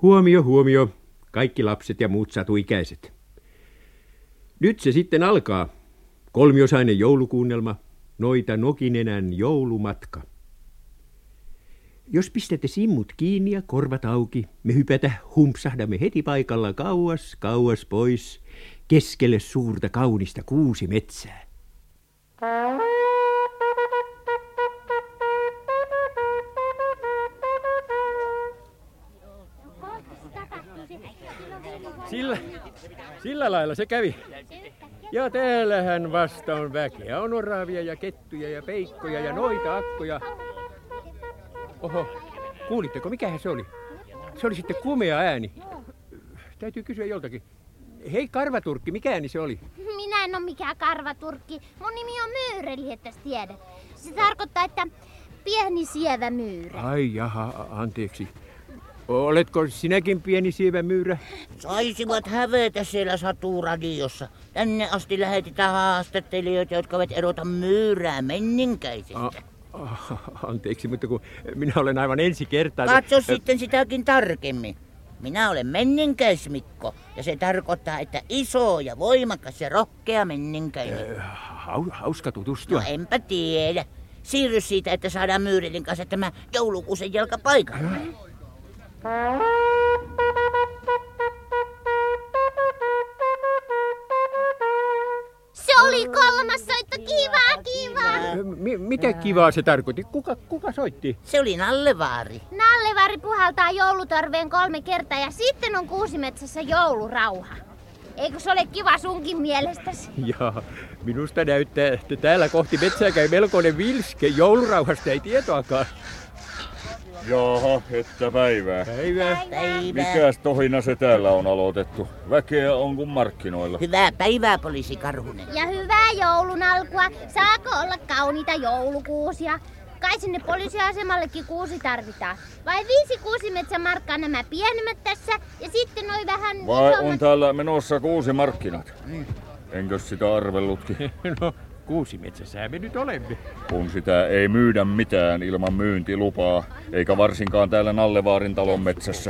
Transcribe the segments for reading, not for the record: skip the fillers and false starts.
Huomio, huomio, kaikki lapset ja muut satuikäiset. Nyt se sitten alkaa. Kolmiosainen joulukuunnelma, Noita Nokinenän joulumatka. Jos pistätte simmut kiinni ja korvat auki, me humpsahdamme heti paikalla kauas pois, keskelle suurta kaunista kuusimetsää. Sillä lailla se kävi. Ja täällähän vasta on väkeä. On oravia ja kettuja ja peikkoja ja noita akkoja. Oho, kuulitteko, mikähän se oli? Se oli sitten kumea ääni. Täytyy kysyä joltakin. Hei karvaturkki, mikä ääni se oli? Minä en ole mikään karvaturkki. Mun nimi on Myyreli, että tiedät. Se tarkoittaa, että pieni sievä myyrä. Ai jaha, anteeksi. Oletko sinäkin pieni sievä myyrä? Saisivat hävetä siellä Saturadiossa. Tänne asti lähetetään haastattelijoita, jotka eivät erota myyrää menninkäisestä. Anteeksi, mutta kun minä olen aivan ensi kertaa... Katso sitten sitäkin tarkemmin. Minä olen menninkäismikko, ja se tarkoittaa, että iso ja voimakas ja rohkea menninkäinen. Hauska tutustua. No enpä tiedä. Siirry siitä, että saadaan Myyrelin kanssa tämä joulukuusen jalka paikalle. Se oli kolmas soitto. Kiva. Mitä kivaa se tarkoitti? Kuka soitti? Se oli Nallevaari. Nallevaari puhaltaa joulutorveen 3 kertaa ja sitten on Kuusimetsässä joulurauha. Eikö se ole kiva sunkin mielestäsi? Jaa, minusta näyttää, että täällä kohti metsää käy melkoinen vilske. Joulurauhasta ei tietoakaan. Jaha, että päivää. Päivää. Mikäs tohina se täällä on aloitettu? Väkeä on kuin markkinoilla. Hyvää päivää, poliisi Karhunen. Ja hyvää joulun alkua. Saako olla kauniita joulukuusia? Kai sinne poliisiasemallekin kuusi tarvitaan. Vai 5 Kuusimetsämarkkaa nämä pienemmät tässä ja sitten noi vähän Vai isommat... on täällä menossa kuusimarkkinat? Enkös sitä arvellutkin? No, Kuusimetsässähän me nyt olemme. Kun sitä ei myydä mitään ilman myyntilupaa, eikä varsinkaan täällä Nallevaarin talon metsässä.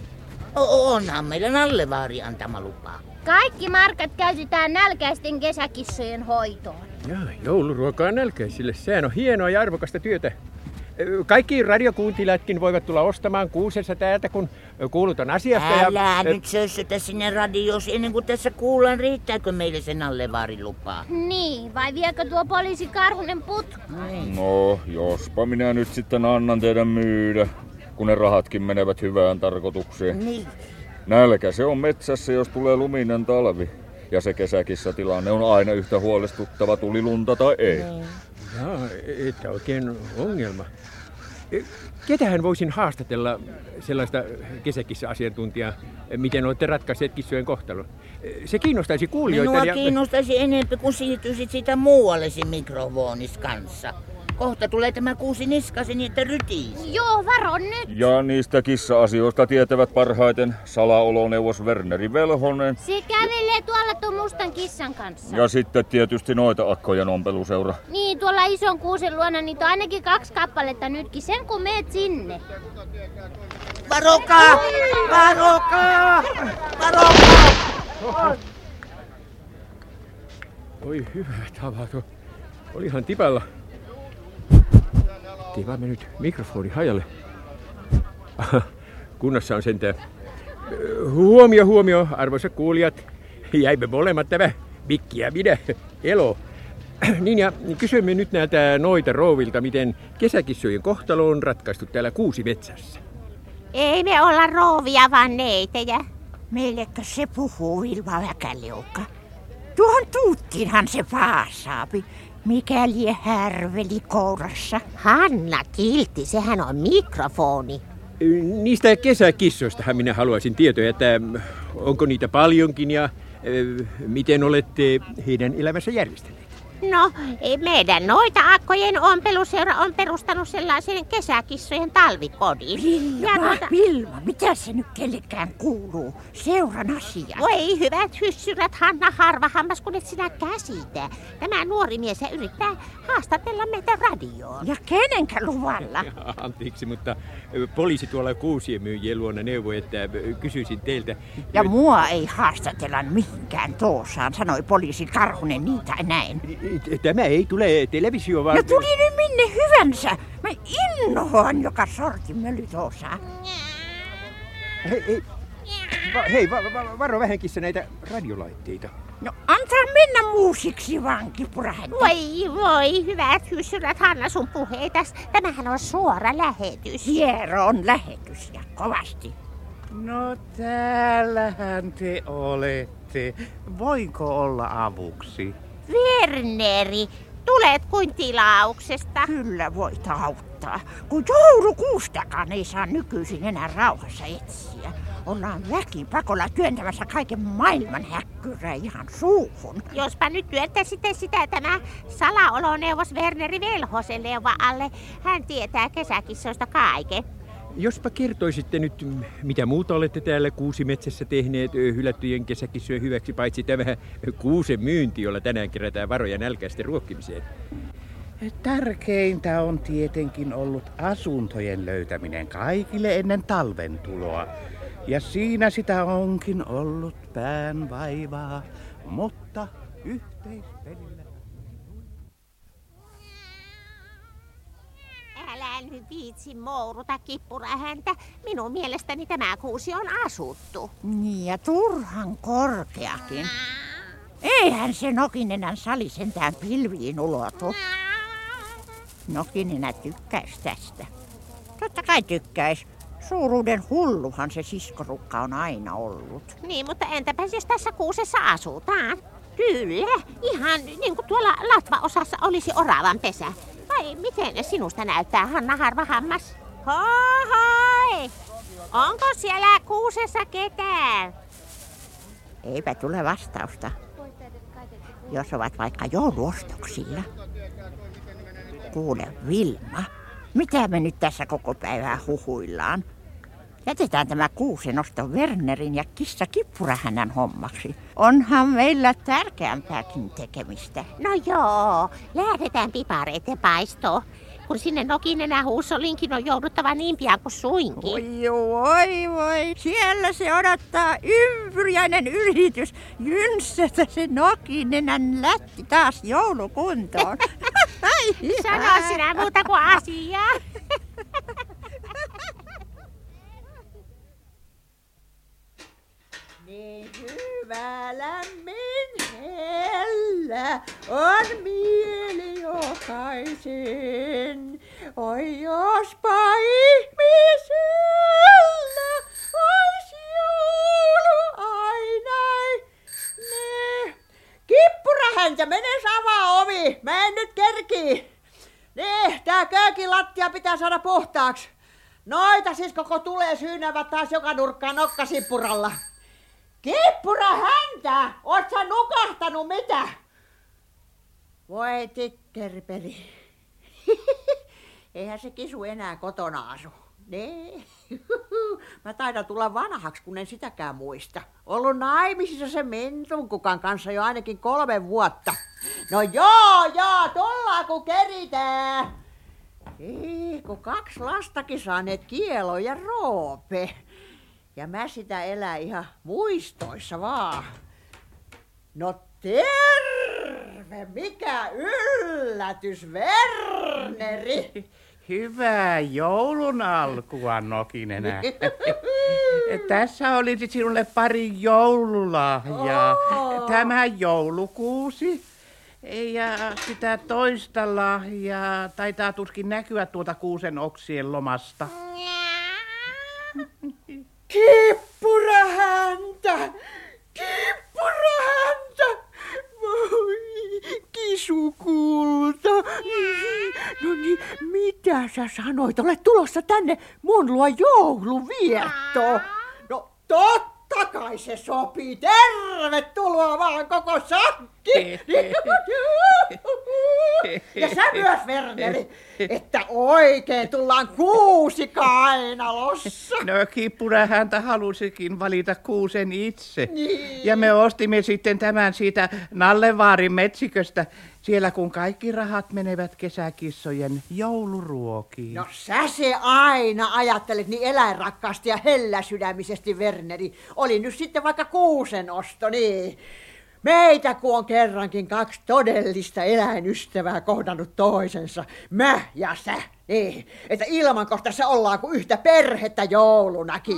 Onhan meillä Nallevaari antama lupaa. Kaikki markat käytetään nälkäisten kesäkissojen hoitoon. Jouluruokaa nälkäisille. Sehän on hienoa ja arvokasta työtä. Kaikki radiokuuntelijatkin voivat tulla ostamaan kuusensa täältä, kun kuulutan asiasta. Älä nyt sössötä sinne radiossa ennen kuin tässä kuullaan, riittääkö meille se Nallevaarin lupaa. Niin, vai viekö tuo poliisi Karhunen putku? No, jospa minä nyt sitten annan teidän myydä, kun ne rahatkin menevät hyvään tarkoitukseen. Niin. Nälkä se on metsässä, jos tulee luminen talvi. Ja se kesäkissatilanne on aina yhtä huolestuttava, tuli lunta tai ei. Jaa, että oikein ongelma. Ketähän voisin haastatella sellaista kesäkissa-asiantuntijaa, miten olette ratkaisseet kissojen kohtalon? Se kiinnostaisi kuulijoita. Minua kiinnostaisi enemmän, kun siirtyisit siitä muuallesi mikrofonis kanssa. Kohta tulee tämä kuusi niskasi niin, että rytiisi. Joo, varo nyt. Ja niistä kissa-asioista tietävät parhaiten salaoloneuvos Werneri Velhonen. Se kävelee tuolla tuon mustan kissan kanssa. Ja sitten tietysti Noita Akkojen ompeluseura. Niin, tuolla ison kuusen luona niitä on ainakin 2 kappaletta nytkin, sen kun meet sinne. Varokaa! Varokaa! Varokaa! Oi hyvät havato. Olihan tipalla. Ettei vaan mennyt mikrofoni hajalle. Kunnossa on sentään. Huomio, arvoisat kuulijat. Jäimme molemmat tämä Mikki ja minä, Elo. Niin ja kysymme nyt näiltä Noita rouvilta, miten kesäkissojen kohtalo on ratkaistu täällä Kuusimetsässä. Ei me olla rouvia, vaan neitejä. Meillekö se puhuu Vilma Väkäliukka? Tuohon tuuttiinhan se paasaapi. Mikäli härveli kourassa. Hanna Kiltti, sehän on mikrofoni. Niistä kesäkissoistahan minä haluaisin tietoa, että onko niitä paljonkin ja miten olette heidän elämänsä järjestäneet? No, meidän noita akkojen ompeluseura on perustanut sellaisen kesäkissojen talvikodin. Vilma, mitä se nyt kellekään kuuluu? Seuran asia. Voi hyvät hyssyrät, Hanna Harvahammas, kun et sinä käsitä. Tämä nuori mies yrittää haastatella meitä radioon. Ja kenenkä luvalla? Anteeksi, mutta poliisi tuolla kuusien myyjien luona neuvoi, että kysyisin teiltä. Ja mua ei haastatella mihinkään tuossaan, sanoi poliisi Karhunen niitä näin. Tämä ei tule televisio, vaan... No tuli nyt minne hyvänsä. Mä innohoan joka sortin mölytoosaa. Hei, varo vähänkin näitä radiolaitteita. No antaa mennä muusiksi vaan, Kippurahäntä. Voi, hyvät hyssyrät, Hanna, sun puheitas. Tämähän on suora lähetys. Hiero on lähetys ja kovasti. No täällähän te olette. Voinko olla avuksi? Werneri, tulet kuin tilauksesta. Kyllä voit auttaa, kun joulukuustakaan ei saa nykyisin enää rauhassa etsiä. Ollaan väkipakolla työntämässä kaiken maailman häkkyrää ihan suuhun. Jospa nyt työntäisitte sitä tämä salaoloneuvos Werneri Velhosen leuva alle. Hän tietää kesäkissoista kaiken. Jospa kertoisitte nyt, mitä muuta olette täällä Kuusimetsässä tehneet hylättyjen kesäkissojen hyväksi, paitsi tämä kuusen myynti, jolla tänään kerätään varoja nälkäisten ruokkimiseen. Tärkeintä on tietenkin ollut asuntojen löytäminen kaikille ennen talven tuloa. Ja siinä sitä onkin ollut päänvaivaa, mutta yhteispelillä. Älä nyt viitsi mouruta, Kippurahäntä. Minun mielestäni tämä kuusi on asuttu. Niin ja turhan korkeakin. Eihän se Nokinenän sali sentään pilviin ulotu. Nokinenä tykkäis tästä. Totta kai tykkäis. Suuruuden hulluhan se siskorukka on aina ollut. Niin, mutta entäpä jos tässä kuusessa asutaan? Kyllä, ihan niin kuin tuolla latvaosassa olisi oravan pesä. Vai miten sinusta näyttää, Hanna Harvahammas? Hoi! Onko siellä kuusessa ketään? Eipä tule vastausta, jos ovat vaikka jouluostoksilla. Kuule, Vilma, mitä me nyt tässä koko päivää huhuillaan? Jätetään tämä kuusen osto Wernerin ja kissa Kippurahännän hommaksi. Onhan meillä tärkeämpääkin tekemistä. No joo, lähdetään pipareiden paistoon. Kun sinne Nokinenä huussolinkin on jouduttava niin pian kuin suinkin. Voi. Siellä se odottaa ympyrjäinen yritys jynssätä se Nokinenän lätti taas joulukuntoon. Sano sinä muuta kuin asiaa. Niin hyvä lämmin hellä on mieli jokaisen. Oi jospa ihmisellä ois joulu aina. Ne. Kippurahäntä, menes avaa ovi. Mä en nyt kerkii. Niin, tää köökin lattia pitää saada puhtaaksi. Noita siis koko tulee syynävät taas joka nurkkaan nokkasippuralla. Kippurahäntä! Oot sä nukahtanut mitä? Voi tikkerpeli. Eihän se kisu enää kotona asu. Nee. Mä taidan tulla vanhaksi, kun en sitäkään muista. Ollut naimisissa se Mentunkukan kanssa jo ainakin 3 vuotta. No joo, tullaan kun keritään. Kun 2 lastakin saaneet Kielo ja Roope. Ja mä sitä elän ihan muistoissa vaan. No terve, mikä yllätys, Werneri! Hyvää joulun alkua, Nokinenä. Tässä olisi sinulle pari joululahjaa. Tämä joulukuusi ja sitä toista lahjaa taitaa tuskin näkyä tuota kuusen oksien lomasta. Kippurahäntä! Voi, kisukulta! No niin, mitä sä sanoit? Olet tulossa tänne mun luo jouluviettoon. No totta kai se sopii. Tervetuloa vaan koko sakki. Ja sä myös, Werneri, että oikein tullaan 6 kainalossa. No Kippurahäntä halusikin valita 6 itse. Niin. Ja me ostimme sitten tämän siitä Nallevaarin metsiköstä, siellä kun kaikki rahat menevät kesäkissojen jouluruokiin. No sä se aina ajattelet niin eläinrakkaasti ja helläsydämisesti, Werneri. Oli nyt sitten vaikka 6 osto, niin. Meitä kun on kerrankin 2 todellista eläinystävää kohdannut toisensa, mä ja sä, niin, että ilman kohta se ollaan kuin yhtä perhettä joulunakin.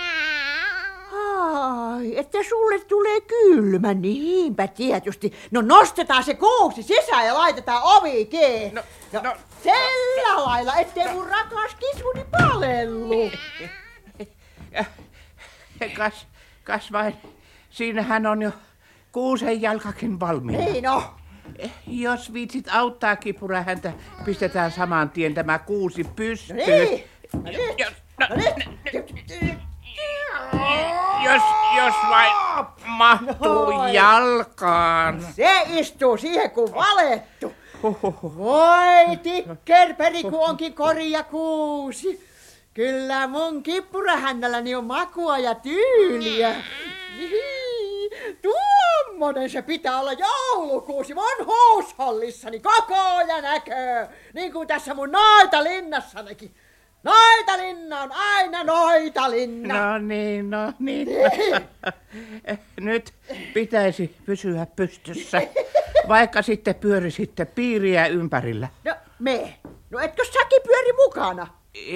Ai, että sulle tulee kylmä, niinpä tietysti. No nostetaan se 6 sisään ja laitetaan ovi kiinni. No, sillä lailla, ettei mun rakas kisuni palellu. Kas vain, siinähän on jo 6 jalkakin valmiina. Niin no. Jos viitsit auttaa Kippurahäntä, pistetään saman tien tämä 6 pystyyn. Niin. Jos vain mahtuu jalkaan. Se istuu siihen kuin valettu. Voi tikkerperi, kun onkin koria 6. Kyllä mun Kippurahännälläni on makua ja tyyliä. Tuommoinen se pitää olla joulukuusi mun huushallissani koko ajan näköö. Niin kuin tässä mun Noitalinnassanikin. Noitalinna on aina Noitalinna. No niin. Nyt pitäisi pysyä pystyssä, vaikka sitten pyörisitte piiriä ympärillä. No me. No etkö säkin pyöri mukana?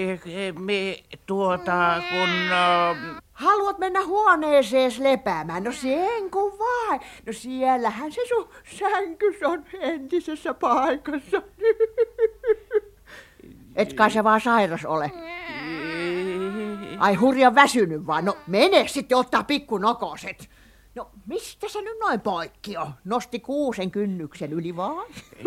Kun... Haluat mennä huoneeseen lepäämään? No sen kun vain. No siellähän se sun sänkys on entisessä paikassa. Et kai sä vaan sairas ole. Ai hurjan väsynyt vaan. No mene sitten ottaa pikkunokoset. No mistä sä nyt noin poikki on? Nosti 6 kynnyksen yli vaan?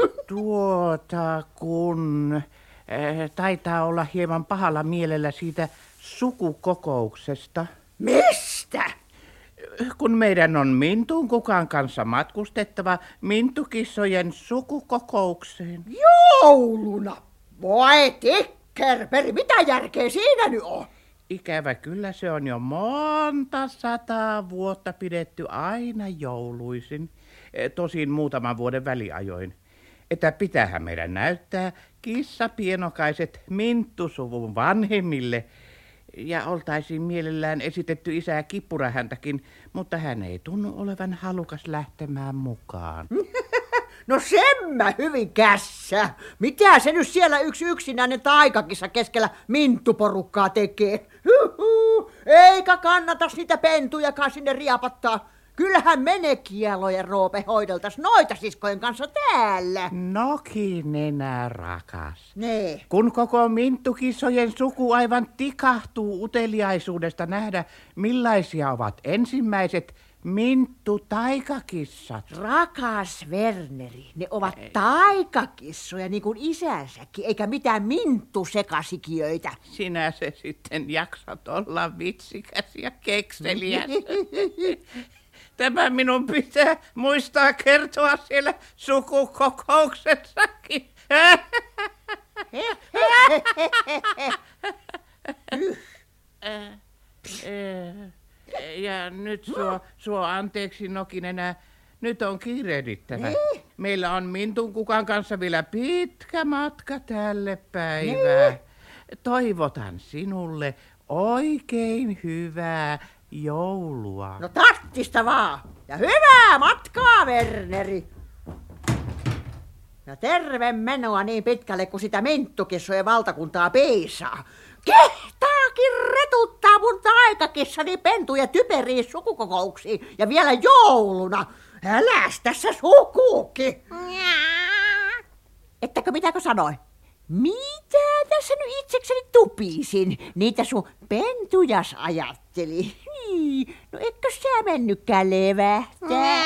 Kun... Taitaa olla hieman pahalla mielellä siitä sukukokouksesta. Mistä? Kun meidän on Mintun kukan kanssa matkustettava Mintukissojen sukukokoukseen. Jouluna? Voi tikkerperi, mitä järkeä siinä nyt on? Ikävä kyllä se on jo monta 100 vuotta pidetty aina jouluisin, tosin muutaman vuoden väliajoin. Että pitäähän meidän näyttää kissapienokaiset Minttusuvun vanhemmille. Ja oltaisiin mielellään esitetty isää Kippurahäntäkin, mutta hän ei tunnu olevan halukas lähtemään mukaan. No sen mä hyvin kässä. Mitä se nyt siellä yksinäinen taikakissa keskellä minttuporukkaa tekee? Eikä kannatas niitä pentujakaan sinne riapattaa. Kyllähän Menekielo ja Roope hoideltas noita siskojen kanssa täällä. Nokinenä rakas. Nee. Kun koko Minttukissojen suku aivan tikahtuu uteliaisuudesta nähdä, millaisia ovat ensimmäiset Minttu-taikakissat. Rakas Werneri, ne ovat taikakissoja niin kuin isänsäkin, eikä mitään minttusekasikijöitä. Sinä se sitten jaksat olla vitsikäs ja kekseliäs. Tämä minun pitää muistaa kertoa siellä sukukokouksessakin. Ja nyt sua anteeksi Nokinenä, nyt on kiirehdittävä. Meillä on Mintun kukan kanssa vielä pitkä matka tälle päivään. Toivotan sinulle oikein hyvää joulua. No tarttista vaan. Ja hyvää matkaa, Werneri. Ja terve menoa niin pitkälle, kun sitä Minttukissojen valtakuntaa piisaa. Kehtaakin retuttaa mun taikakissani pentuja typeriin sukukokouksiin ja vielä jouluna. Äläs tässä sukuukin. Ettäkö mitäkö sanoi? Mitä tässä nyt itsekseni tupisin? Niitä sun pentujas ajatteli. No etkö sä mennytkään levähtää?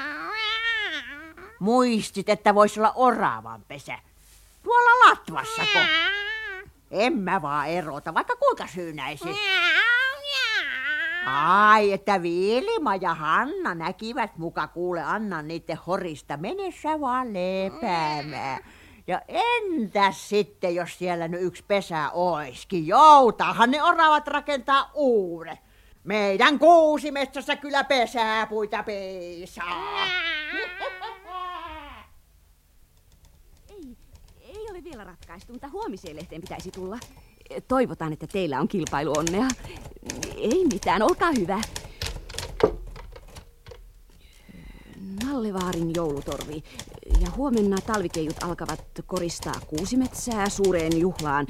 Muistit, että voisi olla oravan pesä. Tuolla latvassako? En mä vaan erota, vaikka kuinka syynäisin. Ai, että Vilma ja Hanna näkivät muka kuule Annan niiden horista. Mene sä vaan lepäämään. Ja entäs sitten, jos siellä nyt yksi pesä oiskin? Joutaahan ne oravat rakentaa uuden. Meidän Kuusimetsässä kyllä pesäpuita piisaa. Ei ole vielä ratkaistu, mutta huomiseen lehteen pitäisi tulla. Toivotaan, että teillä on kilpailuonnea. Ei mitään, olkaa hyvä. Nallevaarin joulutorvi. Ja huomenna talvikeijut alkavat koristaa Kuusimetsää suureen juhlaan.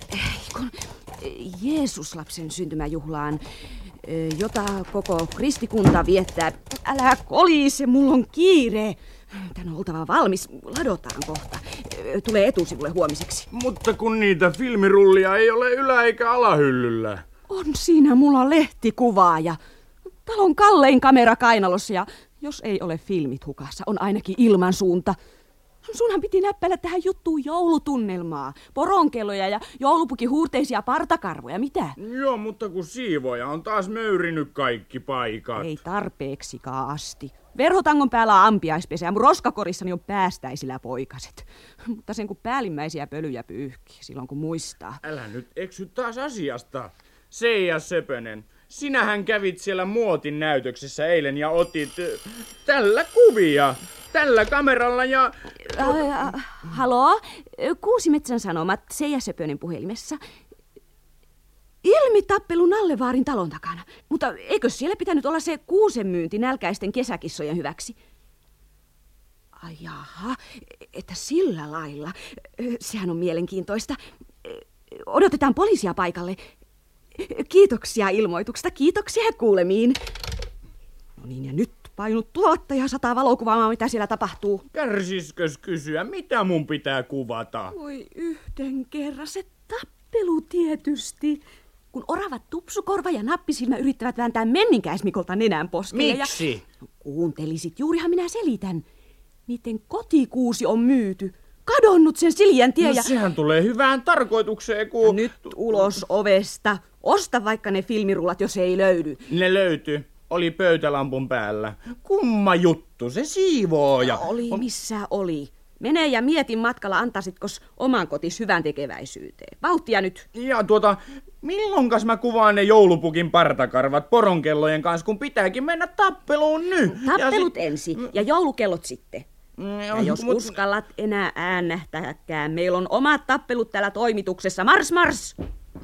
Jeesuslapsen syntymäjuhlaan, jota koko kristikunta viettää. Älä kolise, mulla on kiire. Tän on oltava valmis. Ladotaan kohta. Tulee etusivulle huomiseksi. Mutta kun niitä filmirullia ei ole ylä- eikä alahyllyllä. On siinä mulla lehtikuvaaja. Talon kallein kamera kainalossa ja jos ei ole filmit hukassa, on ainakin ilmansuunta. Sunhan piti näppäillä tähän juttuun joulutunnelmaa, poronkelloja ja joulupukihuurteisia partakarvoja, mitä? Joo, mutta kun siivoja on taas möyrinyt kaikki paikat. Ei tarpeeksikaan asti. Verhotangon päällä on ampiaispesä ja mun roskakorissani on päästäisillä poikaset. Mutta sen kun päällimmäisiä pölyjä pyyhkii silloin kun muistaa. Älä nyt eksy taas asiasta. Seija Sepönen, sinähän kävit siellä muotin näytöksessä eilen ja otit tällä kuvia. Tällä kameralla ja... Haloo? Kuusimetsän Sanomat, Seija Sepönen puhelimessa. Ilmitappelu Nallevaarin talon takana. Mutta eikö siellä pitänyt olla se kuusenmyynti nälkäisten kesäkissojen hyväksi? Ai jaha, että sillä lailla. Sehän on mielenkiintoista. Odotetaan poliisia paikalle. Kiitoksia ilmoituksesta, kiitoksia kuulemiin. No niin, ja nyt painut tuottaja 100 valokuvaamaan, mitä siellä tapahtuu. Kärsiskös kysyä, mitä mun pitää kuvata? Voi yhden kerran, se tappelu tietysti. Kun oravat Tupsukorva ja Nappisilmä yrittävät vääntää Menninkäismikolta nenän poskelle. Miksi? Ja... Kuuntelisit, juurihan minä selitän. Miten kotikuusi on myyty. Kadonnut sen Siljän tie ja... Sehän tulee hyvään tarkoitukseen, kun... Ja nyt ulos ovesta. Osta vaikka ne filmirullat, jos ei löydy. Ne löytyi. Oli pöytälampun päällä. Kumma juttu, se siivooja. Oli missä oli. Mene ja mietin matkalla, antaisitkos oman kotis hyvän tekeväisyyteen. Vauhtia nyt. Ja milloinkas mä kuvaan ne joulupukin partakarvat poronkellojen kanssa, kun pitääkin mennä tappeluun nyt? Tappelut ensin ja joulukellot sitten. Ja jos uskallat enää äänähtääkään, meillä on omat tappelut täällä toimituksessa. Mars, mars!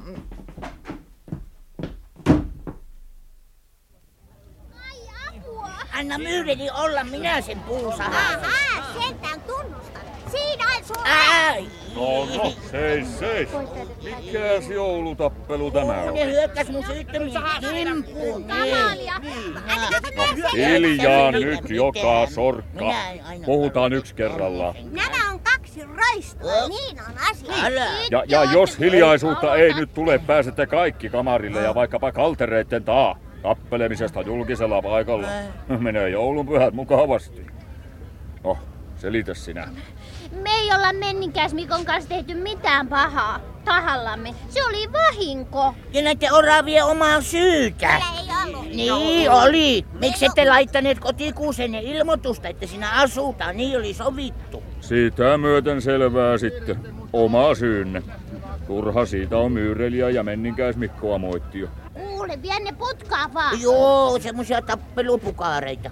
Anna myydeni olla, minä sen puusahan. Ahaa, sentään tunnustan. Siinä on sulla. Ai! No, seis. Mikäs joulutappelu tämä on? Ne hyökkäs mun syyttömiin kimppuun. Kamalia. Hiljaa nyt joka sorkka. Puhutaan yksi kerrallaan. Nämä on 2 roistoa, niin on asia. Ja jos hiljaisuutta ei nyt tule, pääsette kaikki kamarille ja vaikkapa kaltereitten taa. Tappelemisesta julkisella paikalla. Menee joulunpyhät mukavasti. No, selitä sinä. Me ei olla Menninkäismikon kanssa tehty mitään pahaa tahallamme. Se oli vahinko. Ja näiden oravien omaa syytä. Ei ollut. Niin oli. Miksi ette laittaneet kotikuusenne ilmoitusta, että siinä asutaan? Niin oli sovittu. Sitä myöten selvää sitten. Oma syynne. Turha siitä on Myyreliä ja Menninkäismikkoa moittia. Kuule, vie ne potkaa vaan. Joo, semmosia tappelupukaareita.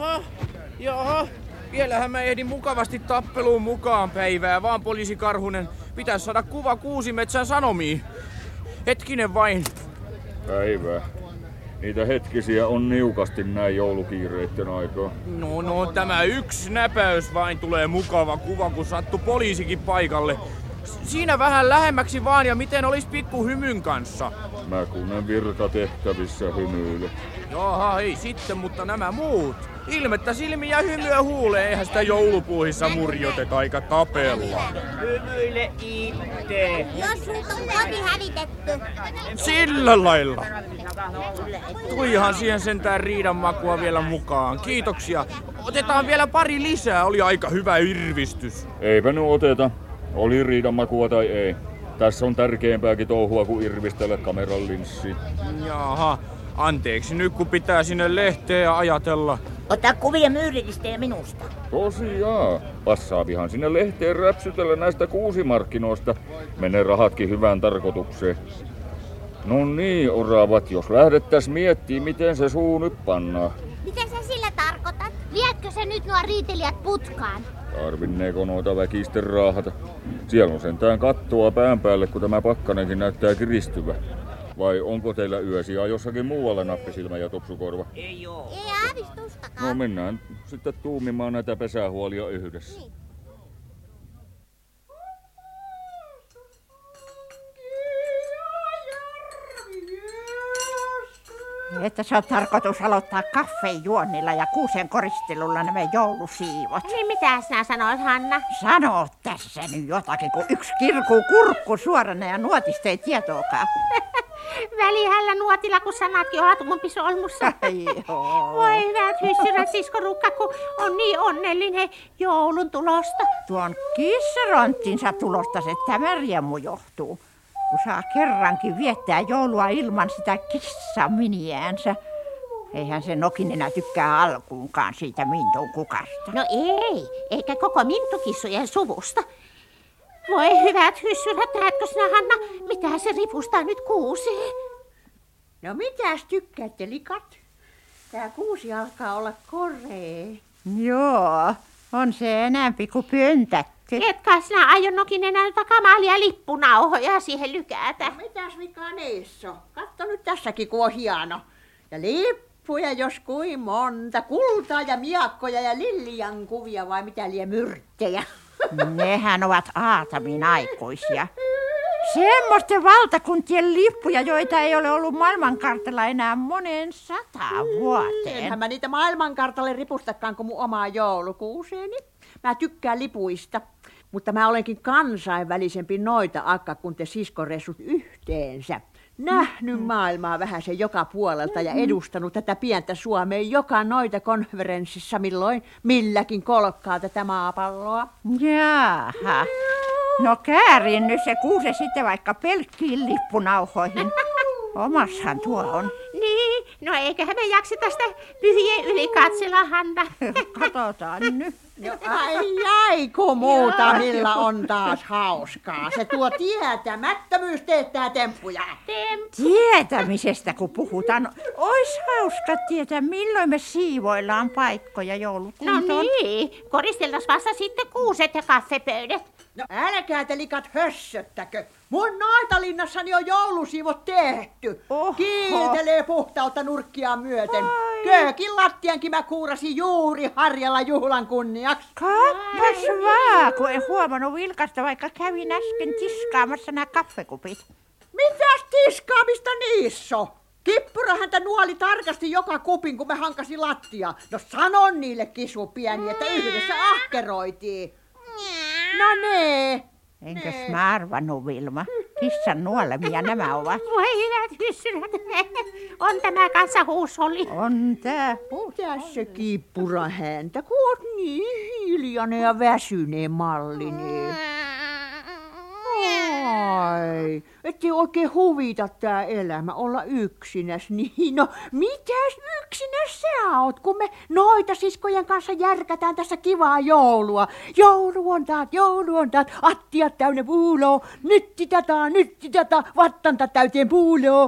Jaha. Vielähän mä ehdin mukavasti tappeluun mukaan päivää, vaan poliisi Karhunen. Pitäis saada kuva Kuusimetsän Sanomiin. Hetkinen vain. Päivää. Niitä hetkisiä on niukasti näin joulukiireitten aikaa. No, tämä yksi näpäys vain tulee mukava kuva, kun sattu poliisikin paikalle. Siinä vähän lähemmäksi vaan, ja miten olis pikku Hymyn kanssa? Mä kunnen virkatehtävissä hymyile. Jaha, ei sitten, mutta nämä muut. Ilmettä silmiä ja hymyä huuleen, eihän sitä joulupuuhissa murjoteta eikä tapella. Hymyile itse. Jos sulta on koti hävitetty. Sillä lailla. Tuihan siihen sentään riidan makua vielä mukaan. Kiitoksia. Otetaan vielä pari lisää, oli aika hyvä irvistys. Eipä nyt oteta. Oli riidan makua tai ei. Tässä on tärkeämpääkin touhua kuin irvistellä kameran linssiin. Jaha. Anteeksi nyt kun pitää sinne lehteen ajatella. Ota kuvia Myyrilistä ja minusta. Tosiaan. Passaavihan sinne lehteen räpsytellä näistä kuusimarkkinoista. Menee rahatkin hyvään tarkoitukseen. No niin, oravat, jos lähdettäis miettimään, miten se suu nyt pannaan. Mitä sä sillä tarkoitat? Viekö sä nyt nuo riitelijät putkaan? Tarvinneeko noita väkisten raahata? Siellä on sentään kattoa pään päälle, kun tämä pakkanenkin näyttää kiristyvä. Vai onko teillä yösiä jossakin muualla nappisilmä ja tupsukorva? Ei oo. Ei aavistustakaan. No mennään sitten tuumimaan näitä pesähuolia yhdessä. Niin. Että se on tarkoitus aloittaa kaffeen juonnilla ja kuusen koristelulla nämä joulusiivot. Niin mitä sinä sanoit, Hanna? Sano tässä nyt jotakin, kun yksi kirkuu kurkku suorana ja nuotista ei tietoakaan. Välihällä nuotilla, kun sanatkin on atumpin solmussa. Voi hyvät hyssyrät, sisko Rukka, kun on niin onnellinen joulun tulosta. Tuon kissaronttinsa tulosta se tämä riemu johtuu. Kun saa kerrankin viettää joulua ilman sitä kissaminiäänsä. Eihän se Nokinenä tykkää alkuunkaan siitä Mintun kukasta. No ei, eikä koko Minttukissojen suvusta. Voi hyvät hyssyrät, näetkö sinä, Hanna, mitä se ripustaa nyt kuuseen? No mitäs tykkäätte, likat? Tää kuusi alkaa olla korea. Joo, on se enämpi kuin pöntätty. Etkä sinä aio Nokinen näitä kamalia lippunauhoja siihen lykätä. No mitäs vikaa niissä on? Katso nyt tässäkin, kun on hieno. Ja lippuja jos kuin monta. Kultaa ja miakkoja ja lillian kuvia vai mitä lie myrttejä. Nehän ovat Aatamin aikuisia. Semmoisten valtakuntien lippuja, joita ei ole ollut maailmankartalla enää moneen 100 vuoteen. Enhän mä niitä maailmankartalle ripustakaan kuin mun omaa joulukuuseeni. Mä tykkään lipuista, mutta mä olenkin kansainvälisempi noita akka kun te siskoressut yhteensä. Nähnyt maailmaa vähän sen joka puolelta ja edustanut tätä pientä Suomea joka noita konferenssissa milloin milläkin kolkkaa tätä maapalloa. Jaaha. No käärin nyt se kuuse sitten vaikka pelkkiin lippunauhoihin. Omashan tuo on. Niin, no eiköhän me jaksi tästä pyhien yli katsella, Hanna. Katsotaan nyt. No ai, kun muuta millä on taas hauskaa. Se tuo tietämättömyys teettää temppuja. Tietämisestä kun puhutaan, ois hauska tietää milloin me siivoillaan paikkoja joulukuntoon. No niin, koristeltas vasta sitten kuuset ja kaffepöydät. No älkää te likat hössöttäkö. Mun Naitalinnassani on joulusiivot tehty. Kiiltelee puhtautta nurkkia myöten. Köökin lattiankin mä kuurasin juuri Harjalla juhlan kunniaksi. Kappas vaan, kun en huomannut vilkasta, vaikka kävin äsken tiskaamassa nämä kaffekupit. Mitäs tiskaamista niissä on? Kippura häntä nuoli tarkasti joka kupin, kun me hankasin lattia. No sanon niille kisu pieni, että yhdessä ahkeroitiin. No nee. Enkös mä arvannut, Vilma? Kissan nuolemia nämä ovat. Voi hyvät hyssyrät. On tämä kanssa huusholli. On tää. Mitäs se kippura häntä, kun oot niin hiljainen ja väsyneen mallinen. Ai, ettei oikein huvita tää elämä olla yksinäs. Niin, no mitäs yksinäs sä oot, kun me noita siskojen kanssa järkätään tässä kivaa joulua. Joulu on taat, attiat täynnä puuloa, nytti tätä, vattanta täyteen puuloa.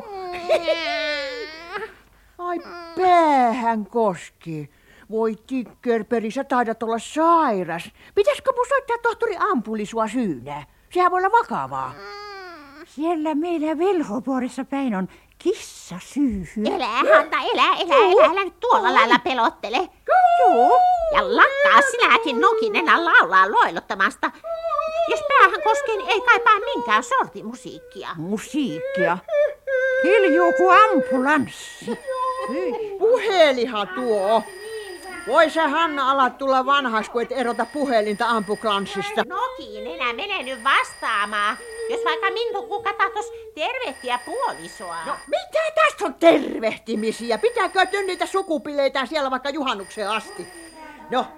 Ai päähän koski. Voi tikkerperi, sä taidat olla sairas. Pitäisikö mun soittaa tohtori Ampuli sua syynää? Sehän voi olla vakavaa. Siellä meillä velhopuorissa päin on kissa syyhy. Elää, Hanta, elää nyt tuolla lailla pelottele. Joo. Ja lakkaa sinäkin Nokinena laulaa loilottamasta. Jos päähän koskee, niin ei kaipaa minkään sortin musiikkia. Musiikkia? Hiljuu kuin ambulanssi. Puhelihan tuo. Voi sä, Hanna, alat tulla vanhaksi, kun et erota puhelinta ampuklanssista. Nokinenä, mene nyt vastaamaan. Jos vaikka Mintun kuka tahtois tervehtiä puolisoa. No mitä tästä on tervehtimisiä? Pitääkö niitä sukupileitään siellä vaikka juhannukseen asti? No.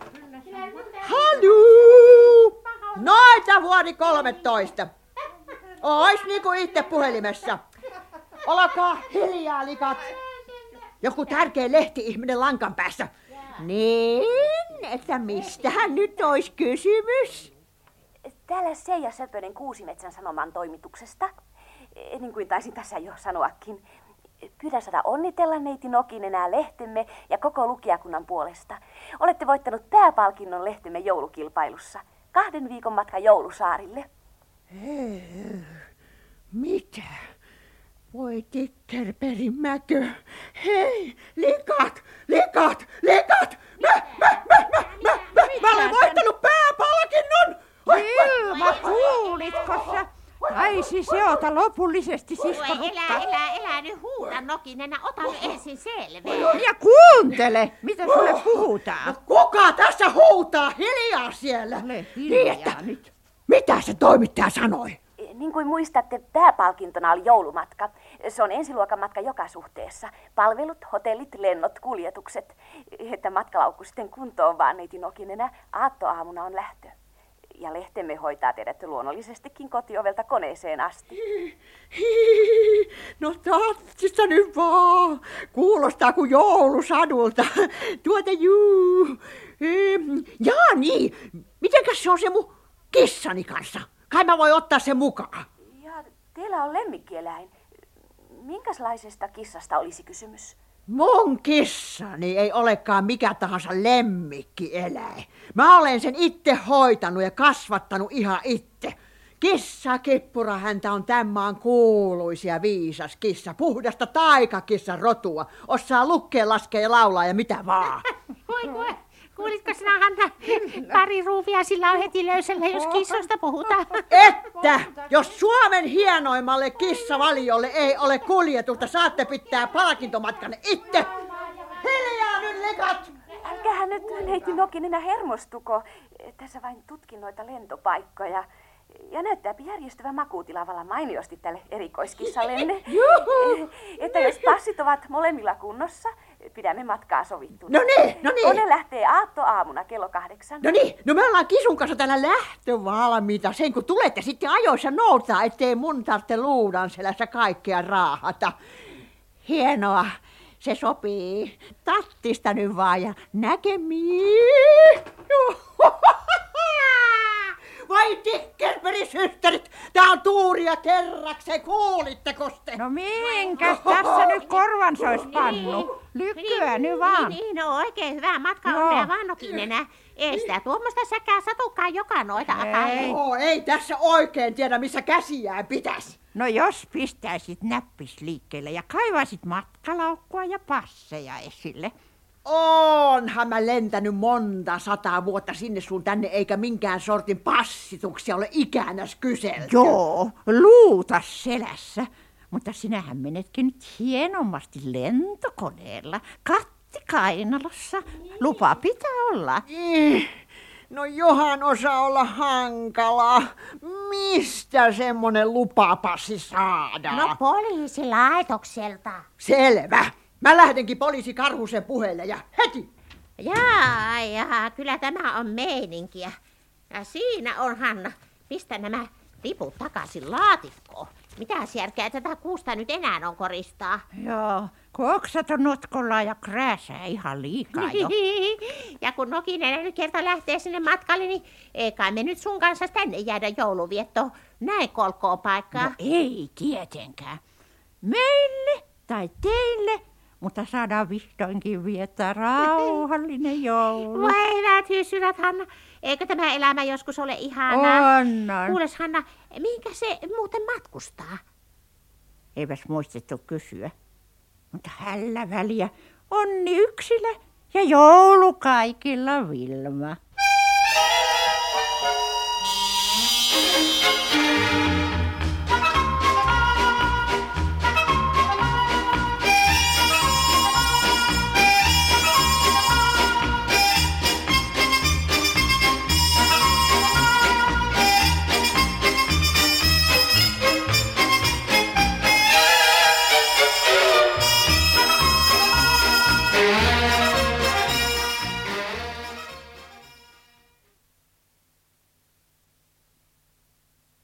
Haluu! Noita vuori 13. Ois niinku itse puhelimessa. Olkaa hiljaa, likat. Joku tärkeä lehti-ihminen lankan päässä. Niin, että mistähän nyt olisi kysymys? Täällä Seija Söpönen Kuusimetsän Sanoman toimituksesta. Niin kuin taisin tässä jo sanoakin. Pyydän saada onnitella neiti Nokinenää lehtemme ja koko lukijakunnan puolesta. Olette voittanut pääpalkinnon lehtemme joulukilpailussa. 2 viikon matka Joulusaarille. Mitä? Voi tikkerperimäkö? Hei, likat! Mä olen voittanut pääpalkinnon! Hilma, kuulitko sä? Taisi seota lopullisesti siskonutta. Älä nyt huuda, Nokinenä. Ota ensin selvää. Ja kuuntele, mitä sulle puhutaan. No, kuka tässä huutaa? Hiljaa siellä! Ole hiljaa nyt. Mitä se toimittaja sanoi? Niin kuin muistatte, pääpalkintona oli joulumatka. Se on ensiluokan matka joka suhteessa. Palvelut, hotellit, lennot, kuljetukset. Että matkalaukku sitten kuntoon vaan, neiti Nokinenä. Aattoaamuna on lähtö. Ja lehtemme hoitaa teidät luonnollisestikin kotiovelta koneeseen asti. No tatsissa nyt vaan. Kuulostaa kuin joulusadulta. Jaa niin, mitenkäs se on se mun kissani kanssa? Kai mä voin ottaa sen mukaan. Ja teillä on lemmikkieläin. Minkälaisesta kissasta olisi kysymys? Mun kissani ei olekaan mikä tahansa lemmikkieläin. Mä olen sen itse hoitanut ja kasvattanut ihan itse. Kissa Kippura häntä on tämän maan kuuluisia viisas kissa. Puhdasta taikakissan rotua. Osaa lukea, laskea ja laulaa ja mitä vaan. Kuulitko sinä, Hanna? Pari ruuvia sillä on heti löysällä, jos kissoista puhutaan. Että jos Suomen hienoimmalle kissavaliolle ei ole kuljetusta, saatte pitää palkintomatkanne itse. Hiljaa nyt, likat! Älkäähän nyt neiti Nokinenä hermostuko. Tässä vain tutkin noita lentopaikkoja. Ja näyttää järjestyvän makuutila vallan mainiosti tälle erikoiskissallenne. Että jos passit ovat molemmilla kunnossa, pidämme matkaa sovittuna. No niin. Kone lähtee aattoaamuna kello 8. No niin, no me ollaan Kisun kanssa täällä lähtövalmiita. Sen kun tulette sitten ajoissa noutaa, ettei mun tarvitse luudan selässä kaikkea raahata. Hienoa, se sopii. Tattista nyt vaan ja näkemiin. Vai tikkerperisysterit, tää on tuuria kerrakseen, kuulitteko te? No minkäs tässä nyt korvansa ois pannu? Lykkyä nyt vaan. Niin, no oikein hyvää matkaa onnea vaan, Nokinenä. Ei sitä tuommoista säkää satukaan joka noita akalle. Ei tässä oikein tiedä, missä käsiään pitäisi. No jos pistäisit näppis liikkeelle ja kaivaisit matkalaukkua ja passeja esille. Onhan mä lentänyt monta 100 vuotta sinne sun tänne, eikä minkään sortin passituksia ole ikänäs kyselty. Joo, luuta selässä. Mutta sinähän menetkin nyt hienommasti lentokoneella, katti kainalossa. Lupa pitää olla. No johan osaa olla hankalaa. Mistä semmonen lupapassi saadaan? No poliisilaitokselta. Selvä. Mä lähdenkin poliisi Karhusen puheelle ja heti. Jaa, kyllä tämä on meininkiä. Ja siinä on, Hanna, pistä nämä liput takaisin laatikkoon. Mitä järkeä tätä kuusta nyt enää on koristaa? Joo, koksat on notkolla ja krääsää ihan liikaa jo. Ja kun Nokinen nyt kerta lähtee sinne matkalle, niin ei kai me nyt sun kanssa tänne jäädä jouluviettoon näin kolkkoon paikkaa. No ei tietenkään. Meille tai teille, mutta saadaan vihdoinkin viettää rauhallinen joulu. Voi hyvät hyssyrät, Hanna. Eikö tämä elämä joskus ole ihanaa? On. Kuules, Hanna, mihinkä se muuten matkustaa? Eipäs muistettu kysyä. Mutta hällä väliä. Onni yksille ja joulu kaikilla, Vilma.